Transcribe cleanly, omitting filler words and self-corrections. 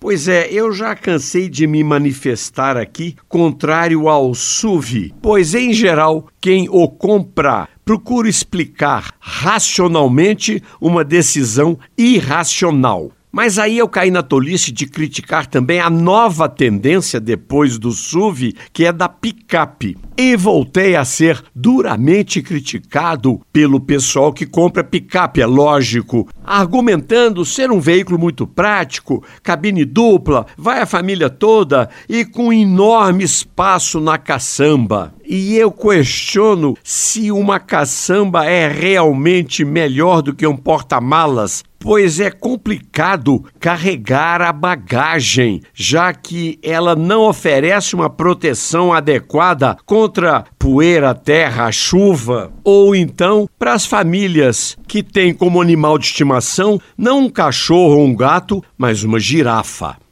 Pois é, eu já cansei de me manifestar aqui contrário ao SUV, pois, em geral, quem o compra procura explicar racionalmente uma decisão irracional. Mas aí eu caí na tolice de criticar também a nova tendência depois do SUV, que é da picape. E voltei a ser duramente criticado pelo pessoal que compra picape, é lógico, argumentando ser um veículo muito prático, cabine dupla, vai a família toda e com enorme espaço na caçamba. E eu questiono se uma caçamba é realmente melhor do que um porta-malas, pois é complicado carregar a bagagem, já que ela não oferece uma proteção adequada contra poeira, terra, chuva. Ou então, para as famílias que têm como animal de estimação não um cachorro ou um gato, mas uma girafa.